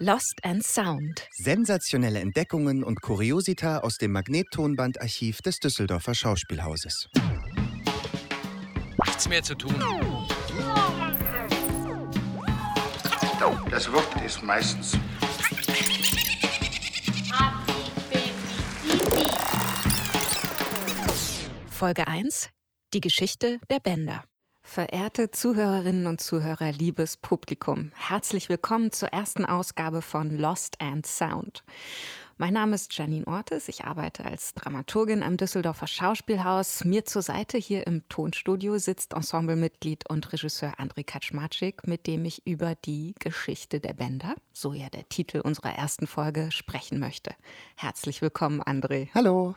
Lost and Sound. Sensationelle Entdeckungen und Kuriosita aus dem Magnettonbandarchiv des Düsseldorfer Schauspielhauses. Nichts mehr zu tun. Das Wort ist meistens Folge 1. Die Geschichte der Bänder. Verehrte Zuhörerinnen und Zuhörer, liebes Publikum, herzlich willkommen zur ersten Ausgabe von Lost and Sound. Mein Name ist Janine Ortes, ich arbeite als Dramaturgin am Düsseldorfer Schauspielhaus. Mir zur Seite hier im Tonstudio sitzt Ensemblemitglied und Regisseur André Kaczmarczyk, mit dem ich über die Geschichte der Bänder, so ja der Titel unserer ersten Folge, sprechen möchte. Herzlich willkommen, André. Hallo.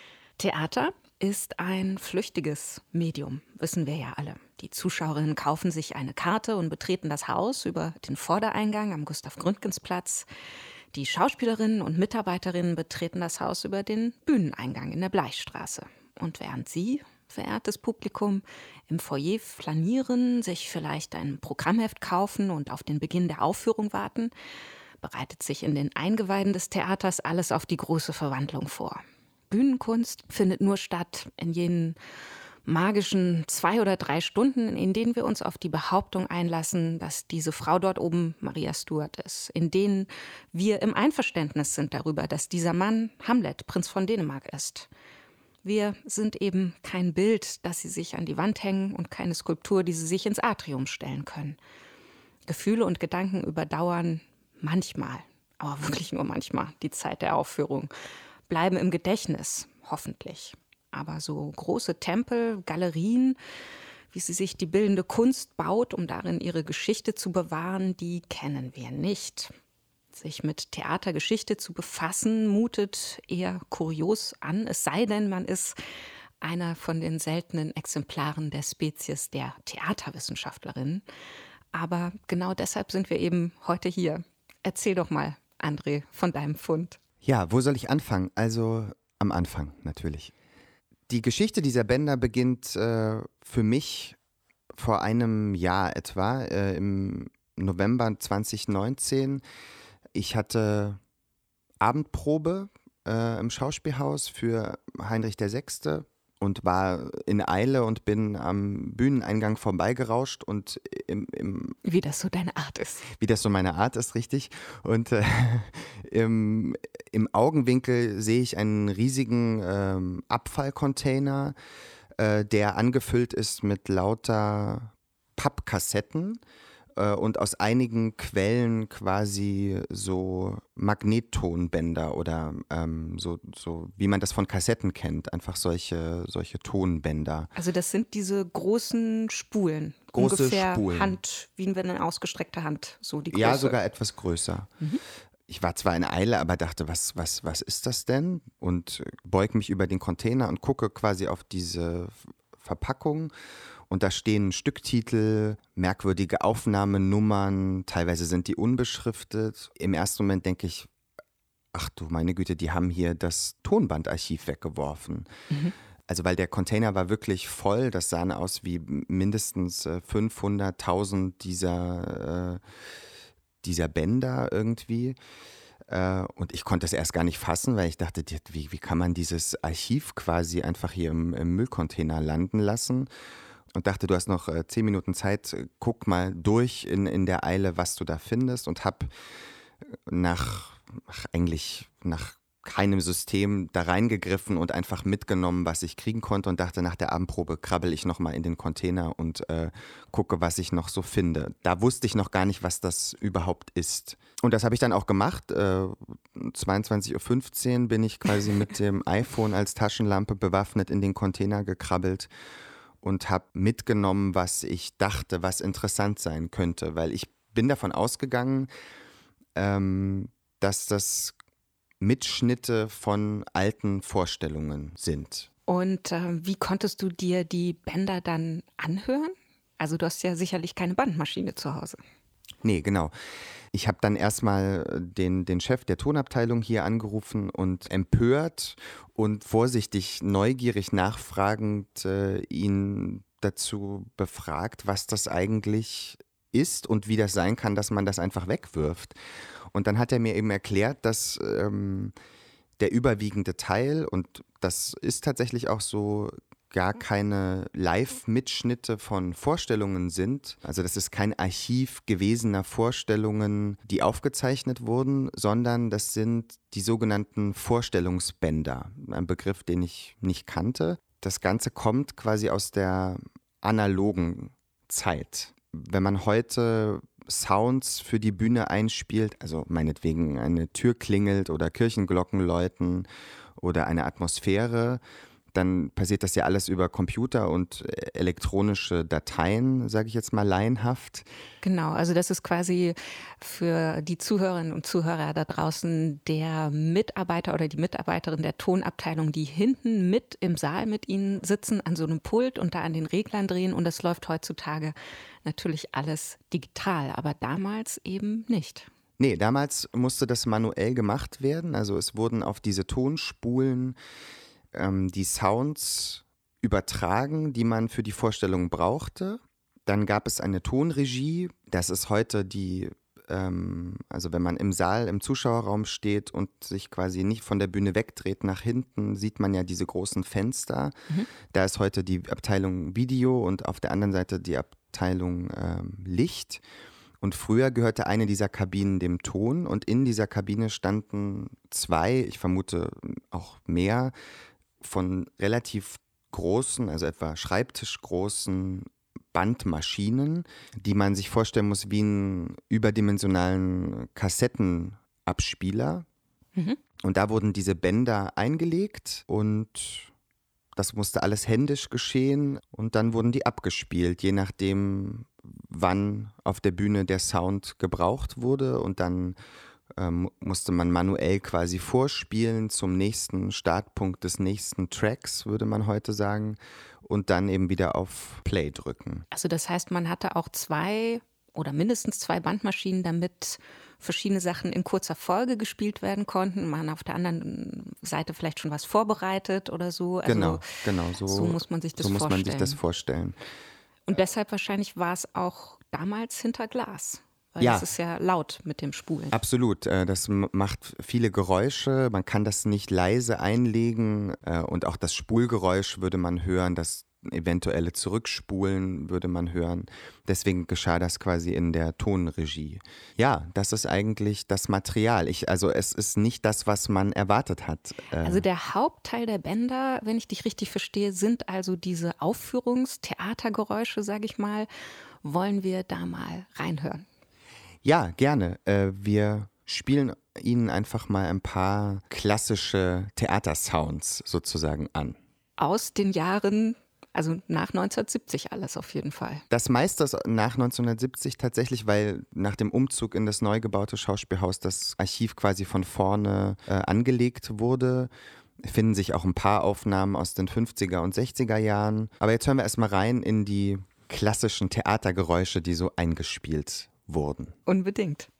Theater ist ein flüchtiges Medium, wissen wir ja alle. Die Zuschauerinnen kaufen sich eine Karte und betreten das Haus über den Vordereingang am Gustav-Gründgens-Platz. Die Schauspielerinnen und Mitarbeiterinnen betreten das Haus über den Bühneneingang in der Bleichstraße. Und während Sie, verehrtes Publikum, im Foyer flanieren, sich vielleicht ein Programmheft kaufen und auf den Beginn der Aufführung warten, bereitet sich in den Eingeweiden des Theaters alles auf die große Verwandlung vor. Bühnenkunst findet nur statt in jenen magischen 2 oder 3 Stunden, in denen wir uns auf die Behauptung einlassen, dass diese Frau dort oben Maria Stuart ist, in denen wir im Einverständnis sind darüber, dass dieser Mann Hamlet, Prinz von Dänemark, ist. Wir sind eben kein Bild, das sie sich an die Wand hängen, und keine Skulptur, die sie sich ins Atrium stellen können. Gefühle und Gedanken überdauern manchmal, aber wirklich nur manchmal, die Zeit der Aufführung, bleiben im Gedächtnis, hoffentlich. Aber so große Tempel, Galerien, wie sie sich die bildende Kunst baut, um darin ihre Geschichte zu bewahren, die kennen wir nicht. Sich mit Theatergeschichte zu befassen, mutet eher kurios an, es sei denn, man ist einer von den seltenen Exemplaren der Spezies der Theaterwissenschaftlerin. Aber genau deshalb sind wir eben heute hier. Erzähl doch mal, André, von deinem Fund. Ja, wo soll ich anfangen? Also am Anfang natürlich. Die Geschichte dieser Bänder beginnt für mich vor einem Jahr etwa, im November 2019. Ich hatte Abendprobe im Schauspielhaus für Heinrich VI. Und war in Eile und bin am Bühneneingang vorbeigerauscht und wie das so deine Art ist. Wie das so meine Art ist, richtig. Und im Augenwinkel sehe ich einen riesigen Abfallcontainer, der angefüllt ist mit lauter Pappkassetten und aus einigen Quellen quasi so Magnettonbänder oder so wie man das von Kassetten kennt, einfach solche Tonbänder. Also das sind diese großen Spulen, große ungefähr Spulen. Hand, wie wenn eine ausgestreckte Hand, so die Größe. Ja, sogar etwas größer. Mhm. Ich war zwar in Eile, aber dachte, was ist das denn? Und beug mich über den Container und gucke quasi auf diese Verpackung. Und da stehen Stücktitel, merkwürdige Aufnahmenummern, teilweise sind die unbeschriftet. Im ersten Moment denke ich, ach du meine Güte, die haben hier das Tonbandarchiv weggeworfen. Mhm. Also weil der Container war wirklich voll, das sahen aus wie mindestens 500.000 dieser Bänder irgendwie. Und ich konnte es erst gar nicht fassen, weil ich dachte, wie kann man dieses Archiv quasi einfach hier im Müllcontainer landen lassen? Und dachte, du hast noch 10 Minuten Zeit, guck mal durch in der Eile, was du da findest, und hab nach keinem System da reingegriffen und einfach mitgenommen, was ich kriegen konnte, und dachte, nach der Abendprobe krabbel ich nochmal in den Container und gucke, was ich noch so finde. Da wusste ich noch gar nicht, was das überhaupt ist. Und das habe ich dann auch gemacht. 22:15 Uhr bin ich quasi mit dem iPhone als Taschenlampe bewaffnet in den Container gekrabbelt und habe mitgenommen, was ich dachte, was interessant sein könnte. Weil ich bin davon ausgegangen, dass das Mitschnitte von alten Vorstellungen sind. Und wie konntest du dir die Bänder dann anhören? Also du hast ja sicherlich keine Bandmaschine zu Hause. Nee, genau. Ich habe dann erstmal den Chef der Tonabteilung hier angerufen und empört und vorsichtig, neugierig nachfragend ihn dazu befragt, was das eigentlich ist und wie das sein kann, dass man das einfach wegwirft. Und dann hat er mir eben erklärt, dass der überwiegende Teil, und das ist tatsächlich auch so, gar keine Live-Mitschnitte von Vorstellungen sind. Also das ist kein Archiv gewesener Vorstellungen, die aufgezeichnet wurden, sondern das sind die sogenannten Vorstellungsbänder. Ein Begriff, den ich nicht kannte. Das Ganze kommt quasi aus der analogen Zeit. Wenn man heute Sounds für die Bühne einspielt, also meinetwegen eine Tür klingelt oder Kirchenglocken läuten oder eine Atmosphäre, dann passiert das ja alles über Computer und elektronische Dateien, sage ich jetzt mal laienhaft. Genau, also das ist quasi für die Zuhörerinnen und Zuhörer da draußen der Mitarbeiter oder die Mitarbeiterin der Tonabteilung, die hinten mit im Saal mit Ihnen sitzen, an so einem Pult und da an den Reglern drehen. Und das läuft heutzutage natürlich alles digital, aber damals eben nicht. Nee, damals musste das manuell gemacht werden. Also es wurden auf diese Tonspulen die Sounds übertragen, die man für die Vorstellung brauchte. Dann gab es eine Tonregie. Das ist heute also wenn man im Saal, im Zuschauerraum steht und sich quasi nicht von der Bühne wegdreht nach hinten, sieht man ja diese großen Fenster. Da ist heute die Abteilung Video und auf der anderen Seite die Abteilung Licht. Und früher gehörte eine dieser Kabinen dem Ton und in dieser Kabine standen 2, ich vermute auch mehr, von relativ großen, also etwa schreibtischgroßen Bandmaschinen, die man sich vorstellen muss wie einen überdimensionalen Kassettenabspieler. Und da wurden diese Bänder eingelegt und das musste alles händisch geschehen und dann wurden die abgespielt, je nachdem, wann auf der Bühne der Sound gebraucht wurde und dann musste man manuell quasi vorspielen zum nächsten Startpunkt des nächsten Tracks, würde man heute sagen, und dann eben wieder auf Play drücken. Also das heißt, man hatte auch 2 oder mindestens 2 Bandmaschinen, damit verschiedene Sachen in kurzer Folge gespielt werden konnten. Man auf der anderen Seite vielleicht schon was vorbereitet oder so. Also genau. So muss man sich das vorstellen. So muss man sich das vorstellen. Und deshalb wahrscheinlich war es auch damals hinter Glas. Weil es ist ja laut mit dem Spulen. Absolut, das macht viele Geräusche, man kann das nicht leise einlegen und auch das Spulgeräusch würde man hören, das eventuelle Zurückspulen würde man hören. Deswegen geschah das quasi in der Tonregie. Ja, das ist eigentlich das Material. Also es ist nicht das, was man erwartet hat. Also der Hauptteil der Bänder, wenn ich dich richtig verstehe, sind also diese Aufführungstheatergeräusche, sage ich mal. Wollen wir da mal reinhören? Ja, gerne. Wir spielen Ihnen einfach mal ein paar klassische Theatersounds sozusagen an. Aus den Jahren, also nach 1970 alles auf jeden Fall. Das meiste ist nach 1970 tatsächlich, weil nach dem Umzug in das neu gebaute Schauspielhaus das Archiv quasi von vorne angelegt wurde. Finden sich auch ein paar Aufnahmen aus den 50er und 60er Jahren. Aber jetzt hören wir erstmal rein in die klassischen Theatergeräusche, die so eingespielt wurden. Unbedingt.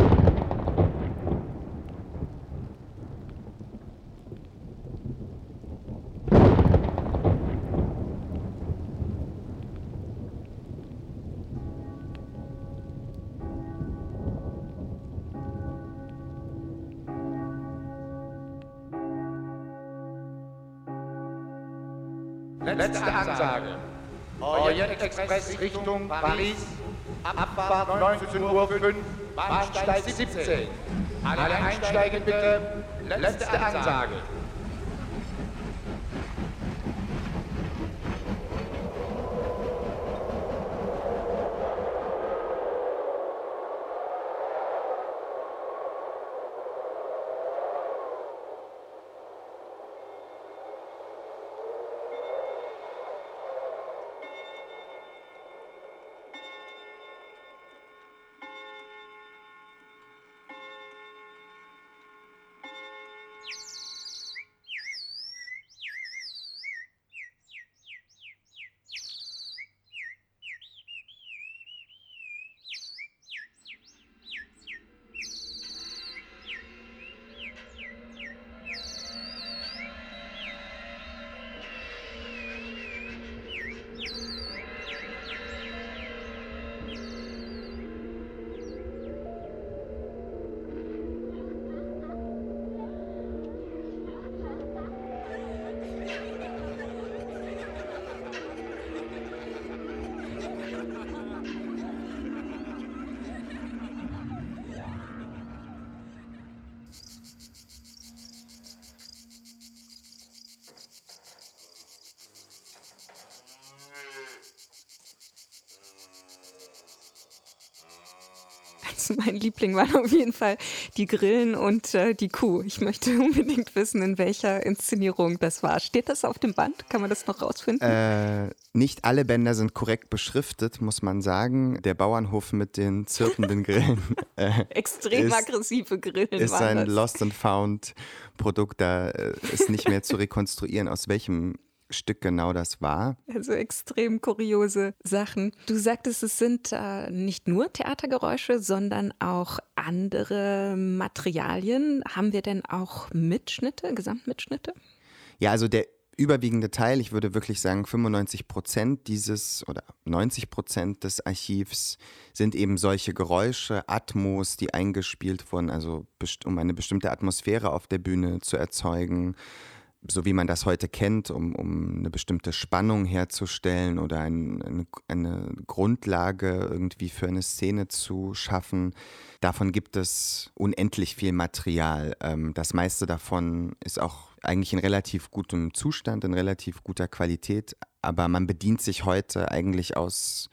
Letzte Ansage. Orient Express Richtung Paris. Abfahrt 19:05 Uhr, Bahnsteig 17. Alle einsteigen bitte. Letzte Ansage. Spaß. Mein Liebling waren auf jeden Fall die Grillen und die Kuh. Ich möchte unbedingt wissen, in welcher Inszenierung das war. Steht das auf dem Band? Kann man das noch rausfinden? Nicht alle Bänder sind korrekt beschriftet, muss man sagen. Der Bauernhof mit den zirpenden Grillen extrem aggressive Grillen ist waren ein das. Lost and Found Produkt. Da ist nicht mehr zu rekonstruieren, aus welchem Stück genau das war. Also extrem kuriose Sachen. Du sagtest, es sind nicht nur Theatergeräusche, sondern auch andere Materialien. Haben wir denn auch Mitschnitte, Gesamtmitschnitte? Ja, also der überwiegende Teil, ich würde wirklich sagen 95% oder 90% des Archivs sind eben solche Geräusche, Atmos, die eingespielt wurden, also um eine bestimmte Atmosphäre auf der Bühne zu erzeugen, so wie man das heute kennt, um eine bestimmte Spannung herzustellen oder eine Grundlage irgendwie für eine Szene zu schaffen. Davon gibt es unendlich viel Material. Das meiste davon ist auch eigentlich in relativ gutem Zustand, in relativ guter Qualität, aber man bedient sich heute eigentlich aus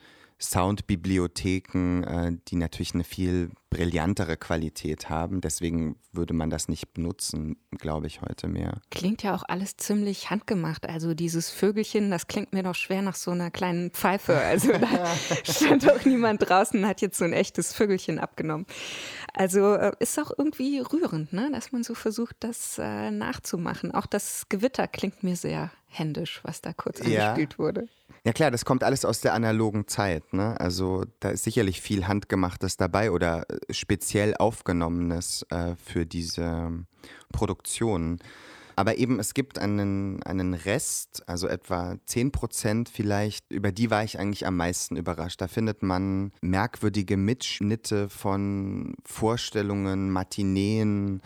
Soundbibliotheken, die natürlich eine viel brillantere Qualität haben. Deswegen würde man das nicht benutzen, glaube ich, heute mehr. Klingt ja auch alles ziemlich handgemacht. Also dieses Vögelchen, das klingt mir doch schwer nach so einer kleinen Pfeife. Also da stand doch niemand draußen und hat jetzt so ein echtes Vögelchen abgenommen. Also ist auch irgendwie rührend, ne? Dass man so versucht, das nachzumachen. Auch das Gewitter klingt mir sehr händisch, was da kurz angespielt wurde. Ja klar, das kommt alles aus der analogen Zeit, ne? Also da ist sicherlich viel Handgemachtes dabei oder speziell Aufgenommenes für diese Produktion. Aber eben, es gibt einen Rest, also etwa 10% vielleicht, über die war ich eigentlich am meisten überrascht. Da findet man merkwürdige Mitschnitte von Vorstellungen, Matineen,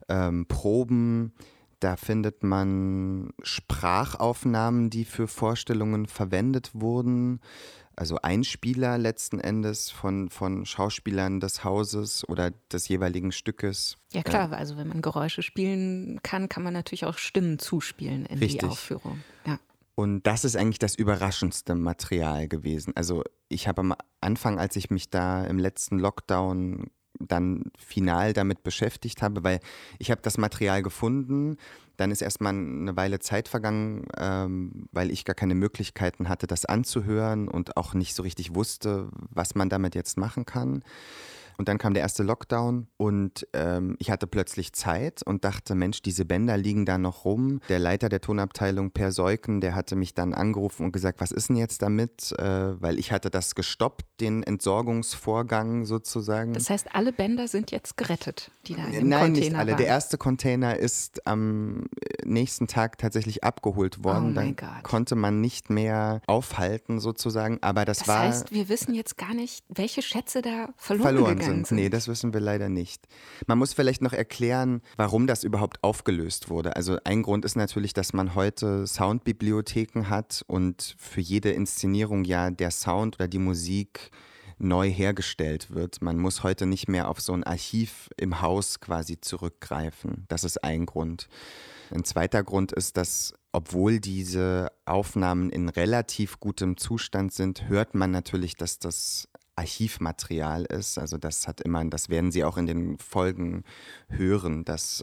Proben. Da findet man Sprachaufnahmen, die für Vorstellungen verwendet wurden. Also Einspieler letzten Endes von Schauspielern des Hauses oder des jeweiligen Stückes. Ja klar, also wenn man Geräusche spielen kann, kann man natürlich auch Stimmen zuspielen in die Aufführung. Ja. Und das ist eigentlich das überraschendste Material gewesen. Also ich habe am Anfang, als ich mich da im letzten Lockdown dann final damit beschäftigt habe, weil ich habe das Material gefunden, dann ist erstmal eine Weile Zeit vergangen, weil ich gar keine Möglichkeiten hatte, das anzuhören und auch nicht so richtig wusste, was man damit jetzt machen kann. Und dann kam der erste Lockdown und ich hatte plötzlich Zeit und dachte, Mensch, diese Bänder liegen da noch rum. Der Leiter der Tonabteilung, Per Seuken, der hatte mich dann angerufen und gesagt, was ist denn jetzt damit? Weil ich hatte das gestoppt, den Entsorgungsvorgang sozusagen. Das heißt, alle Bänder sind jetzt gerettet, die da im Nein, Container nicht alle. waren. Der erste Container ist am nächsten Tag tatsächlich abgeholt worden. Oh mein Dann Gott. konnte man nicht mehr aufhalten sozusagen. Aber das war... Das heißt, wir wissen jetzt gar nicht, welche Schätze da verloren gegangen sind. Nee, das wissen wir leider nicht. Man muss vielleicht noch erklären, warum das überhaupt aufgelöst wurde. Also ein Grund ist natürlich, dass man heute Soundbibliotheken hat und für jede Inszenierung ja der Sound oder die Musik neu hergestellt wird. Man muss heute nicht mehr auf so ein Archiv im Haus quasi zurückgreifen. Das ist ein Grund. Ein zweiter Grund ist, dass obwohl diese Aufnahmen in relativ gutem Zustand sind, hört man natürlich, dass das Archivmaterial ist. Also das werden Sie auch in den Folgen hören, das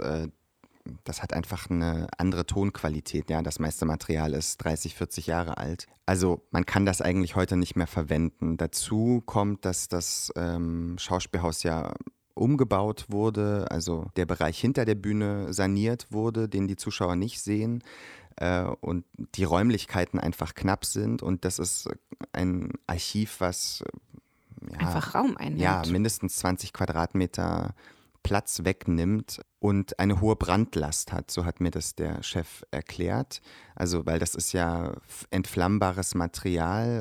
hat einfach eine andere Tonqualität. Ja, das meiste Material ist 30, 40 Jahre alt. Also man kann das eigentlich heute nicht mehr verwenden. Dazu kommt, dass das Schauspielhaus ja umgebaut wurde, also der Bereich hinter der Bühne saniert wurde, den die Zuschauer nicht sehen. Und die Räumlichkeiten einfach knapp sind. Und das ist ein Archiv, was einfach Raum einnimmt. Ja, mindestens 20 Quadratmeter Platz wegnimmt und eine hohe Brandlast hat. So hat mir das der Chef erklärt. Also, weil das ist ja entflammbares Material.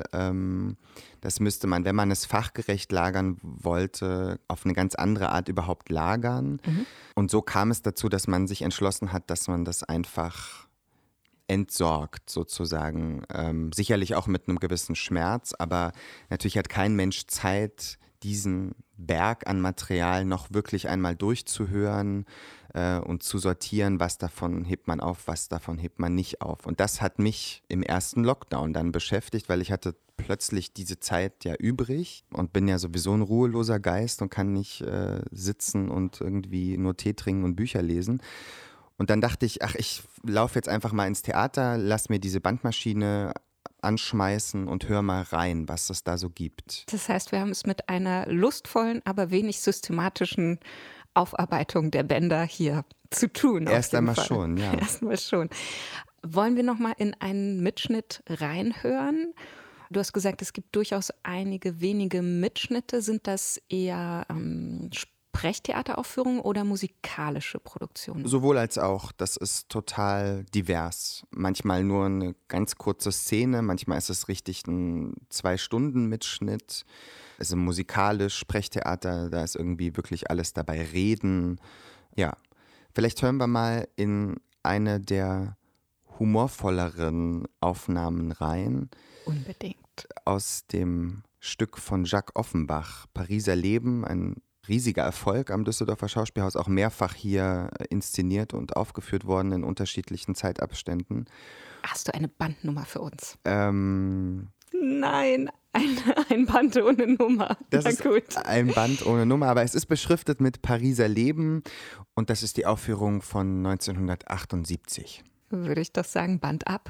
Das müsste man, wenn man es fachgerecht lagern wollte, auf eine ganz andere Art überhaupt lagern. Mhm. Und so kam es dazu, dass man sich entschlossen hat, dass man das einfach entsorgt sozusagen. Sicherlich auch mit einem gewissen Schmerz, aber natürlich hat kein Mensch Zeit, diesen Berg an Material noch wirklich einmal durchzuhören, und zu sortieren, was davon hebt man auf, was davon hebt man nicht auf. Und das hat mich im ersten Lockdown dann beschäftigt, weil ich hatte plötzlich diese Zeit ja übrig und bin ja sowieso ein ruheloser Geist und kann nicht sitzen und irgendwie nur Tee trinken und Bücher lesen. Und dann dachte ich, ich laufe jetzt einfach mal ins Theater, lass mir diese Bandmaschine anschmeißen und hör mal rein, was es da so gibt. Das heißt, wir haben es mit einer lustvollen, aber wenig systematischen Aufarbeitung der Bänder hier zu tun. Erst einmal schon, ja. Erstmal schon. Wollen wir noch mal in einen Mitschnitt reinhören? Du hast gesagt, es gibt durchaus einige wenige Mitschnitte. Sind das eher Sprechtheateraufführungen oder musikalische Produktionen? Sowohl als auch. Das ist total divers. Manchmal nur eine ganz kurze Szene, manchmal ist es richtig ein 2-Stunden-Mitschnitt. Also musikalisch, Sprechtheater, da ist irgendwie wirklich alles dabei. Reden. Ja, vielleicht hören wir mal in eine der humorvolleren Aufnahmen rein. Unbedingt. Aus dem Stück von Jacques Offenbach, Pariser Leben, ein riesiger Erfolg am Düsseldorfer Schauspielhaus, auch mehrfach hier inszeniert und aufgeführt worden in unterschiedlichen Zeitabständen. Hast du eine Bandnummer für uns? Nein, ein Band ohne Nummer. Das ist ein Band ohne Nummer, aber es ist beschriftet mit Pariser Leben und das ist die Aufführung von 1978. Würde ich doch sagen, Band ab.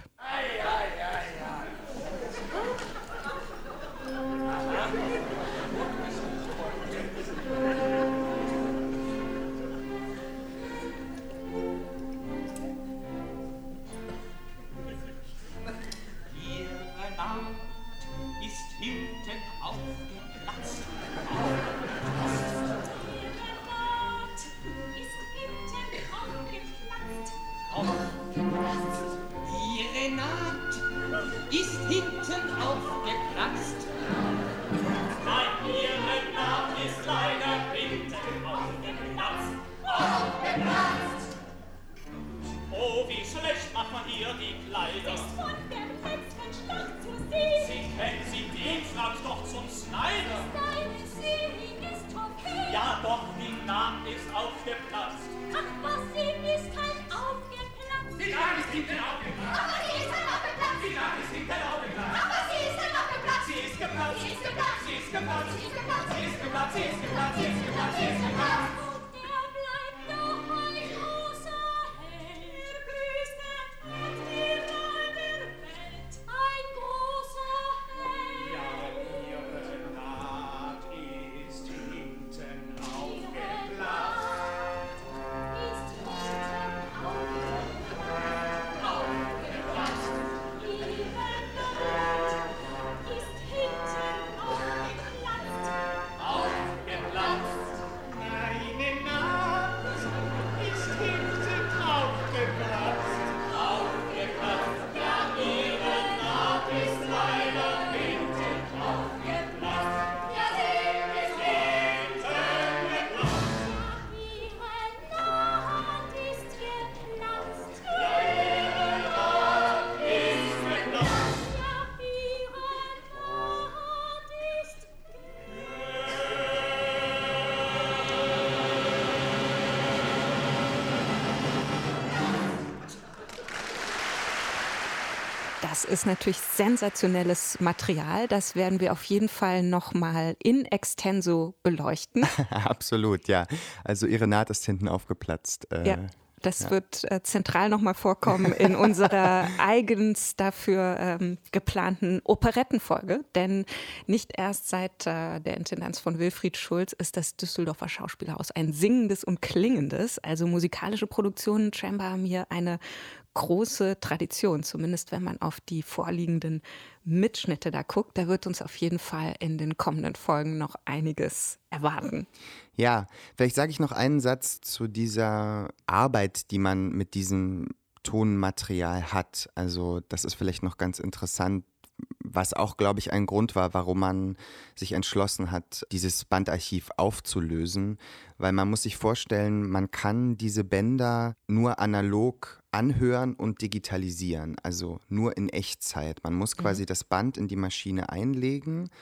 Das ist natürlich sensationelles Material. Das werden wir auf jeden Fall nochmal in extenso beleuchten. Absolut, ja. Also ihre Naht ist hinten aufgeplatzt. Das wird zentral nochmal vorkommen in unserer eigens dafür geplanten Operettenfolge. Denn nicht erst seit der Intendanz von Wilfried Schulz ist das Düsseldorfer Schauspielhaus ein singendes und klingendes. Also musikalische Produktionen scheinbar haben hier eine große Tradition, zumindest wenn man auf die vorliegenden Mitschnitte da guckt. Da wird uns auf jeden Fall in den kommenden Folgen noch einiges erwarten. Ja, vielleicht sage ich noch einen Satz zu dieser Arbeit, die man mit diesem Tonmaterial hat. Also das ist vielleicht noch ganz interessant, was auch, glaube ich, ein Grund war, warum man sich entschlossen hat, dieses Bandarchiv aufzulösen. Weil man muss sich vorstellen, man kann diese Bänder nur analog anhören und digitalisieren, also nur in Echtzeit. Man muss quasi das Band in die Maschine einlegen,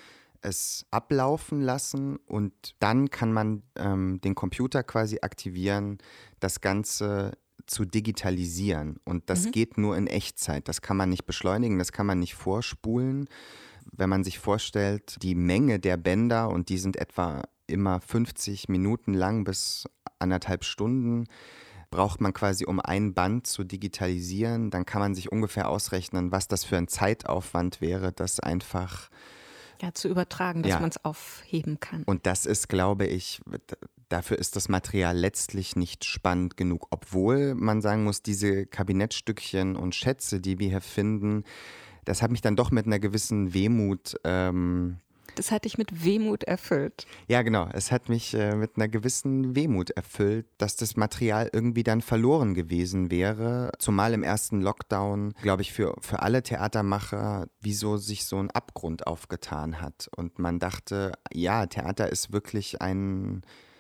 es ablaufen lassen und dann kann man den Computer quasi aktivieren, das Ganze zu digitalisieren. Und das geht nur in Echtzeit. Das kann man nicht beschleunigen, das kann man nicht vorspulen. Wenn man sich vorstellt, die Menge der Bänder, und die sind etwa immer 50 Minuten lang bis 1,5 Stunden, braucht man quasi, um ein Band zu digitalisieren, dann kann man sich ungefähr ausrechnen, was das für ein Zeitaufwand wäre, das einfach zu übertragen, dass man es aufheben kann. Und das ist, glaube ich, dafür ist das Material letztlich nicht spannend genug. Obwohl man sagen muss, diese Kabinettstückchen und Schätze, die wir hier finden, das hat mich dann doch mit einer gewissen Wehmut Das hat dich mit Wehmut erfüllt. Ja, genau. Es hat mich mit einer gewissen Wehmut erfüllt, dass das Material irgendwie dann verloren gewesen wäre. Zumal im ersten Lockdown, glaube ich, für alle Theatermacher, wieso sich so ein Abgrund aufgetan hat. Und man dachte, ja, Theater ist wirklich ein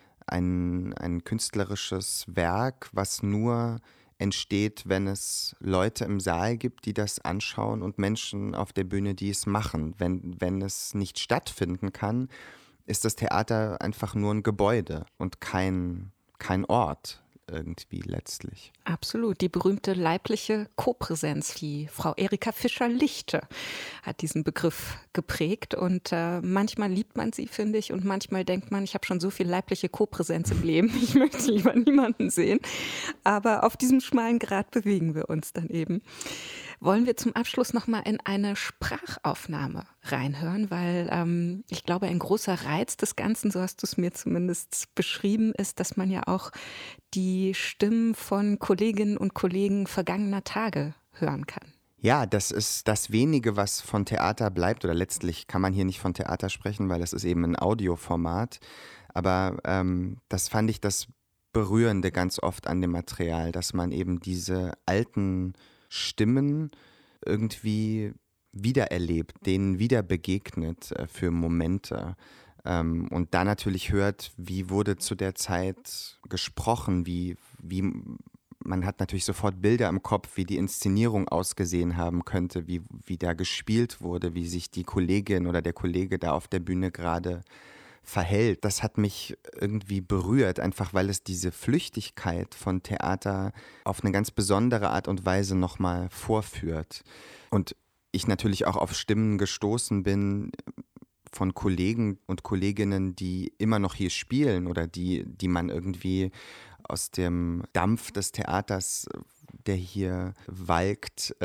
künstlerisches Werk, was nur entsteht, wenn es Leute im Saal gibt, die das anschauen und Menschen auf der Bühne, die es machen. Wenn es nicht stattfinden kann, ist das Theater einfach nur ein Gebäude und kein Ort irgendwie letztlich. Absolut. Die berühmte leibliche Kopräsenz, die Frau Erika Fischer-Lichte hat diesen Begriff geprägt und manchmal liebt man sie, finde ich, und manchmal denkt man, ich habe schon so viel leibliche Kopräsenz im Leben, ich möchte lieber niemanden sehen. Aber auf diesem schmalen Grat bewegen wir uns dann eben. Wollen wir zum Abschluss nochmal in eine Sprachaufnahme reinhören, weil ich glaube, ein großer Reiz des Ganzen, so hast du es mir zumindest beschrieben, ist, dass man ja auch die Stimmen von Kolleginnen und Kollegen vergangener Tage hören kann. Ja, das ist das Wenige, was von Theater bleibt, oder letztlich kann man hier nicht von Theater sprechen, weil das ist eben ein Audioformat, aber das fand ich das Berührende ganz oft an dem Material, dass man eben diese alten Stimmen irgendwie wiedererlebt, denen wieder begegnet für Momente. Und da natürlich hört, wie wurde zu der Zeit gesprochen, wie man hat natürlich sofort Bilder im Kopf, wie die Inszenierung ausgesehen haben könnte, wie da gespielt wurde, wie sich die Kollegin oder der Kollege da auf der Bühne gerade verhält. Das hat mich irgendwie berührt, einfach weil es diese Flüchtigkeit von Theater auf eine ganz besondere Art und Weise nochmal vorführt. Und ich natürlich auch auf Stimmen gestoßen bin von Kollegen und Kolleginnen, die immer noch hier spielen oder die man irgendwie aus dem Dampf des Theaters, der hier walkt,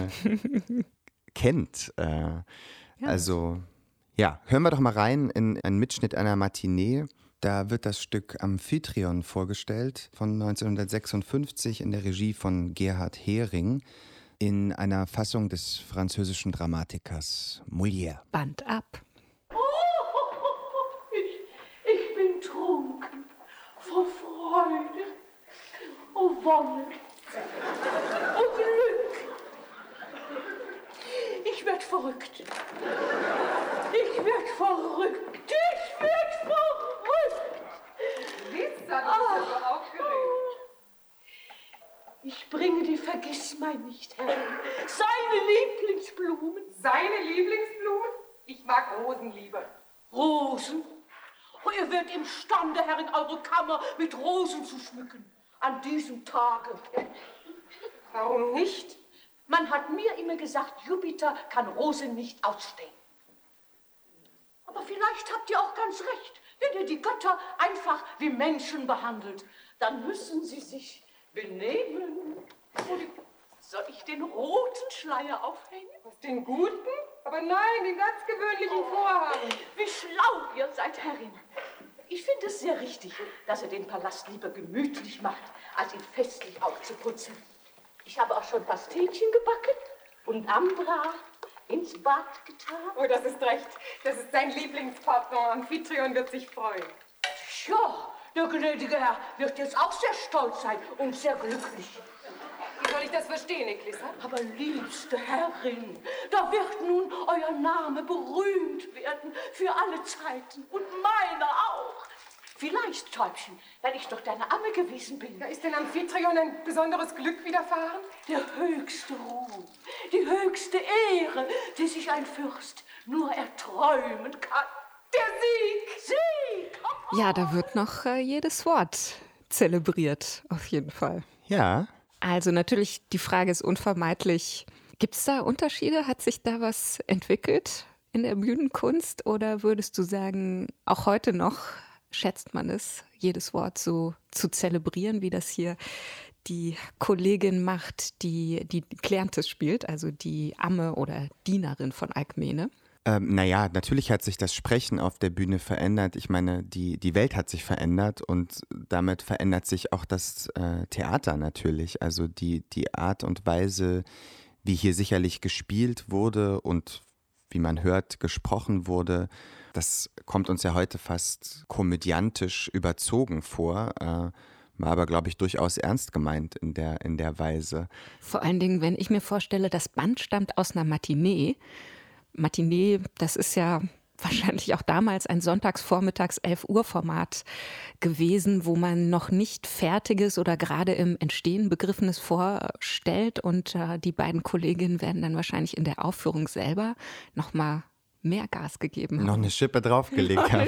kennt. Also ja, hören wir doch mal rein in einen Mitschnitt einer Matinee. Da wird das Stück Amphitryon vorgestellt von 1956 in der Regie von Gerhard Hering in einer Fassung des französischen Dramatikers Molière. Band ab. Ich bin trunken vor Freude, oh Wonne, oh Glück. Ich werd verrückt. Ich werd verrückt. Ich werd verrückt. Lisa, du bist ja so aufgeregt. Ich bringe die Vergissmeinnicht herin. Seine Lieblingsblumen. Seine Lieblingsblumen? Ich mag Rosen lieber. Rosen? Oh, ihr werdet imstande, Herrin, eure Kammer mit Rosen zu schmücken. An diesem Tage. Warum nicht? Man hat mir immer gesagt, Jupiter kann Rosen nicht ausstehen. Aber vielleicht habt ihr auch ganz recht. Wenn ihr die Götter einfach wie Menschen behandelt, dann müssen sie sich benehmen. Soll ich den roten Schleier aufhängen? Was, den guten? Aber nein, den ganz gewöhnlichen Vorhang. Wie schlau ihr seid, Herrin. Ich finde es sehr richtig, dass ihr den Palast lieber gemütlich macht, als ihn festlich aufzuputzen. Ich habe auch schon Pastetchen gebacken und Ambra ins Bad getan. Oh, das ist recht. Das ist sein Lieblingsparfum. Amphitryon wird sich freuen. Ja, der gnädige Herr wird jetzt auch sehr stolz sein und sehr glücklich. Wie soll ich das verstehen, Eklissa? Aber liebste Herrin, da wird nun euer Name berühmt werden für alle Zeiten und meiner auch. Vielleicht, Täubchen, wenn ich doch deine Amme gewesen bin. Ja, ist denn Amphitryon ein besonderes Glück widerfahren? Der höchste Ruhm, die höchste Ehre, die sich ein Fürst nur erträumen kann. Der Sieg! Ja, da wird noch jedes Wort zelebriert, auf jeden Fall. Ja. Also natürlich, die Frage ist unvermeidlich, gibt es da Unterschiede? Hat sich da was entwickelt in der Bühnenkunst? Oder würdest du sagen, auch heute noch schätzt man es, jedes Wort so zu zelebrieren, wie das hier die Kollegin macht, die Kleanthis spielt, also die Amme oder Dienerin von Alkmene? Naja, natürlich hat sich das Sprechen auf der Bühne verändert. Ich meine, die Welt hat sich verändert und damit verändert sich auch das Theater natürlich. Also die Art und Weise, wie hier sicherlich gespielt wurde und wie man hört, gesprochen wurde, das kommt uns ja heute fast komödiantisch überzogen vor. War aber, glaube ich, durchaus ernst gemeint in der Weise. Vor allen Dingen, wenn ich mir vorstelle, das Band stammt aus einer Matinee. Matinee, das ist ja wahrscheinlich auch damals ein Sonntagsvormittags 11 Uhr Format gewesen, wo man noch nicht fertiges oder gerade im Entstehen Begriffenes vorstellt. Und die beiden Kolleginnen werden dann wahrscheinlich in der Aufführung selber noch mal mehr Gas gegeben haben. Noch eine Schippe draufgelegt haben.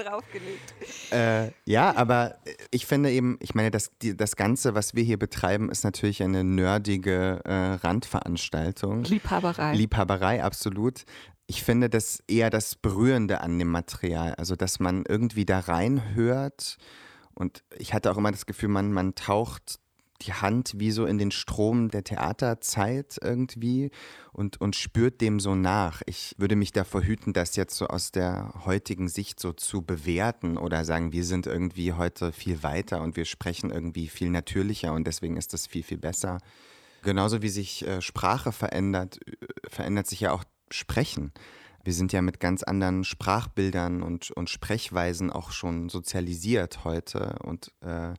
Ja, aber ich finde eben, ich meine, das Ganze, was wir hier betreiben, ist natürlich eine nerdige Randveranstaltung. Liebhaberei, absolut. Ich finde das eher das Berührende an dem Material, also dass man irgendwie da reinhört und ich hatte auch immer das Gefühl, man taucht die Hand wie so in den Strom der Theaterzeit irgendwie und spürt dem so nach. Ich würde mich davor hüten, das jetzt so aus der heutigen Sicht so zu bewerten oder sagen, wir sind irgendwie heute viel weiter und wir sprechen irgendwie viel natürlicher und deswegen ist das viel, viel besser. Genauso wie sich Sprache verändert sich ja auch Sprechen. Wir sind ja mit ganz anderen Sprachbildern und Sprechweisen auch schon sozialisiert heute und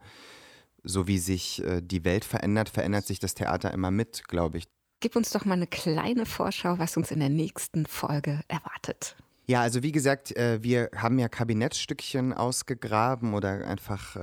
so wie sich die Welt verändert, verändert sich das Theater immer mit, glaube ich. Gib uns doch mal eine kleine Vorschau, was uns in der nächsten Folge erwartet. Ja, also wie gesagt, wir haben ja Kabinettstückchen ausgegraben oder einfach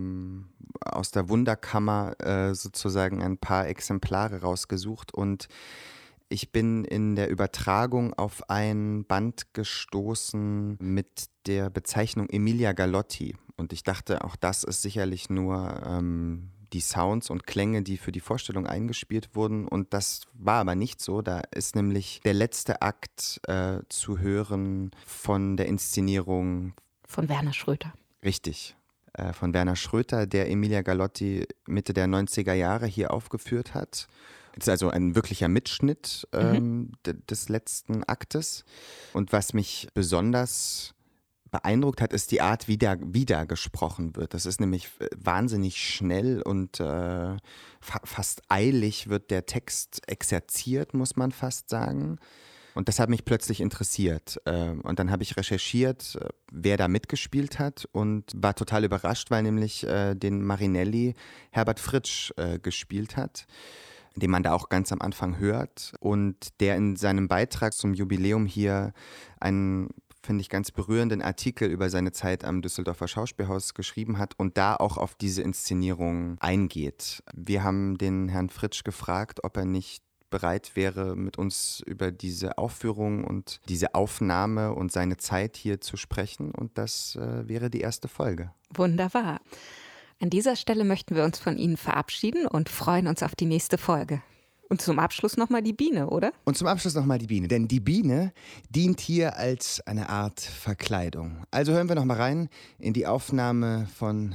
aus der Wunderkammer sozusagen ein paar Exemplare rausgesucht und ich bin in der Übertragung auf ein Band gestoßen mit der Bezeichnung Emilia Galotti. Und ich dachte, auch das ist sicherlich nur die Sounds und Klänge, die für die Vorstellung eingespielt wurden. Und das war aber nicht so. Da ist nämlich der letzte Akt zu hören von der Inszenierung von Werner Schröter. Richtig. Von Werner Schröter, der Emilia Galotti Mitte der 90er Jahre hier aufgeführt hat. Das ist also ein wirklicher Mitschnitt des letzten Aktes. Und was mich besonders beeindruckt hat, ist die Art, wie da gesprochen wird. Das ist nämlich wahnsinnig schnell und fast eilig wird der Text exerziert, muss man fast sagen. Und das hat mich plötzlich interessiert. Und dann habe ich recherchiert, wer da mitgespielt hat und war total überrascht, weil nämlich den Marinelli Herbert Fritsch gespielt hat, den man da auch ganz am Anfang hört und der in seinem Beitrag zum Jubiläum hier einen, finde ich, ganz berührenden Artikel über seine Zeit am Düsseldorfer Schauspielhaus geschrieben hat und da auch auf diese Inszenierung eingeht. Wir haben den Herrn Fritsch gefragt, ob er nicht bereit wäre, mit uns über diese Aufführung und diese Aufnahme und seine Zeit hier zu sprechen und das wäre die erste Folge. Wunderbar. An dieser Stelle möchten wir uns von Ihnen verabschieden und freuen uns auf die nächste Folge. Und zum Abschluss nochmal die Biene, oder? Und zum Abschluss nochmal die Biene, denn die Biene dient hier als eine Art Verkleidung. Also hören wir nochmal rein in die Aufnahme von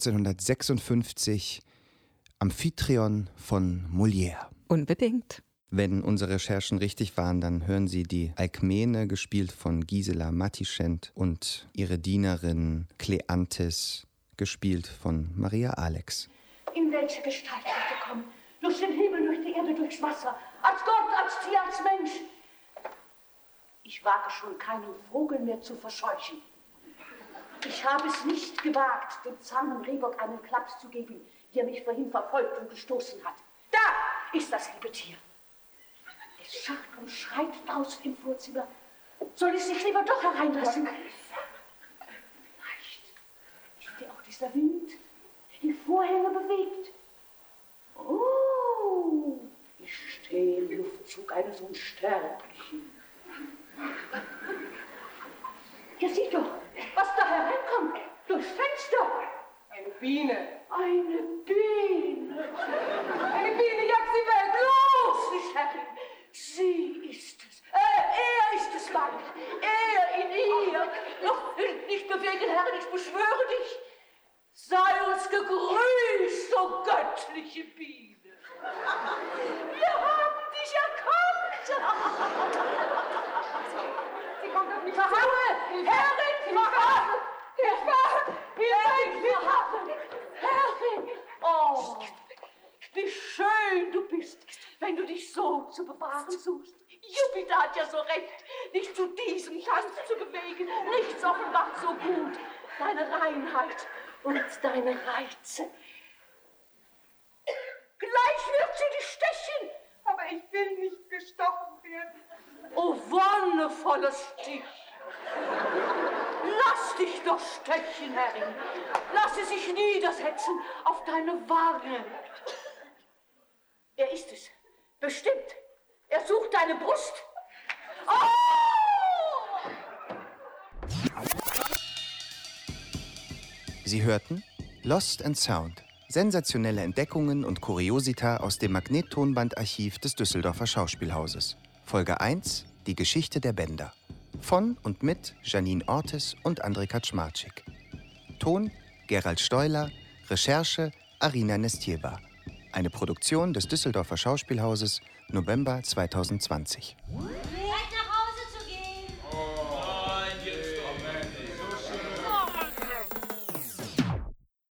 1956, Amphitryon von Molière. Unbedingt. Wenn unsere Recherchen richtig waren, dann hören Sie die Alkmene, gespielt von Gisela Matischent und ihre Dienerin Kleanthis, gespielt von Maria Alex. In welche Gestalt wird er kommen? Durch den Himmel, durch die Erde, durchs Wasser, als Gott, als Tier, als Mensch. Ich wage schon keinen Vogel mehr zu verscheuchen. Ich habe es nicht gewagt, dem zahmen Rehbock einen Klaps zu geben, wie er mich vorhin verfolgt und gestoßen hat. Da ist das liebe Tier. Es scharrt und schreit draußen im Vorzimmer. Soll ich es nicht lieber doch hereinlassen? Vielleicht auch dieser Wind, der die Vorhänge bewegt. Oh, ich stehe im Luftzug eines Unsterblichen. Biene. Eine Biene. Eine Biene jagt sie weg. Los, nicht, Herrin. Sie ist es. Er ist es, Mann. Er in ihr. Noch nicht bewegen, Herrin, ich beschwöre dich. Sei uns gegrüßt, o göttliche Biene. Wir haben dich erkannt. Sie kommt auf mich zu. Herrin, verharre. Herrin. Oh, wie schön du bist, wenn du dich so zu bewahren suchst. Jupiter hat ja so recht, dich zu diesem Tanz zu bewegen. Nichts offenbart so gut deine Reinheit und deine Reize. Gleich wird sie dich stechen. Aber ich will nicht gestochen werden. O wonnevoller Stich. Lass dich doch stechen, Herrin. Lass sie sich niedersetzen auf deine Wange. Er ist es. Bestimmt. Er sucht deine Brust. Oh! Sie hörten Lost and Sound. Sensationelle Entdeckungen und Kuriosita aus dem Magnettonbandarchiv des Düsseldorfer Schauspielhauses. Folge 1, die Geschichte der Bänder. Von und mit Janine Ortis und André Kaczmarczyk. Ton Gerald Steuler, Recherche Arina Nestjeva. Eine Produktion des Düsseldorfer Schauspielhauses, November 2020.